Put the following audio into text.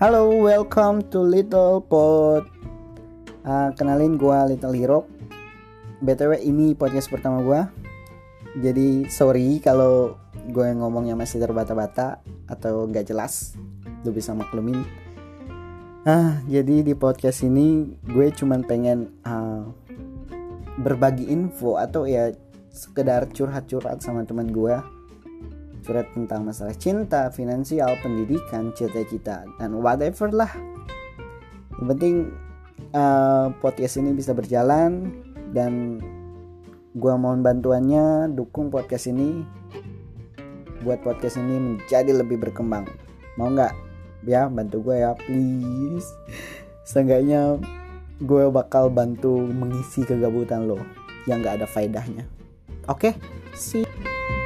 Halo, welcome to Little Pod. Kenalin gue Little Hero. BTW ini podcast pertama gue. Jadi sorry kalau gue ngomongnya masih terbata-bata atau gak jelas. Lu bisa maklumin. Jadi di podcast ini gue cuman pengen berbagi info atau ya sekedar curhat-curhat sama teman gue. Curhat tentang masalah cinta, finansial, pendidikan, cita-cita, dan whatever lah. Yang penting podcast ini bisa berjalan. Dan gue mohon bantuannya, dukung podcast ini, buat podcast ini menjadi lebih berkembang. Mau gak? Ya bantu gue ya please. Seenggaknya gue bakal bantu mengisi kegabutan lo yang gak ada faedahnya. Oke? See.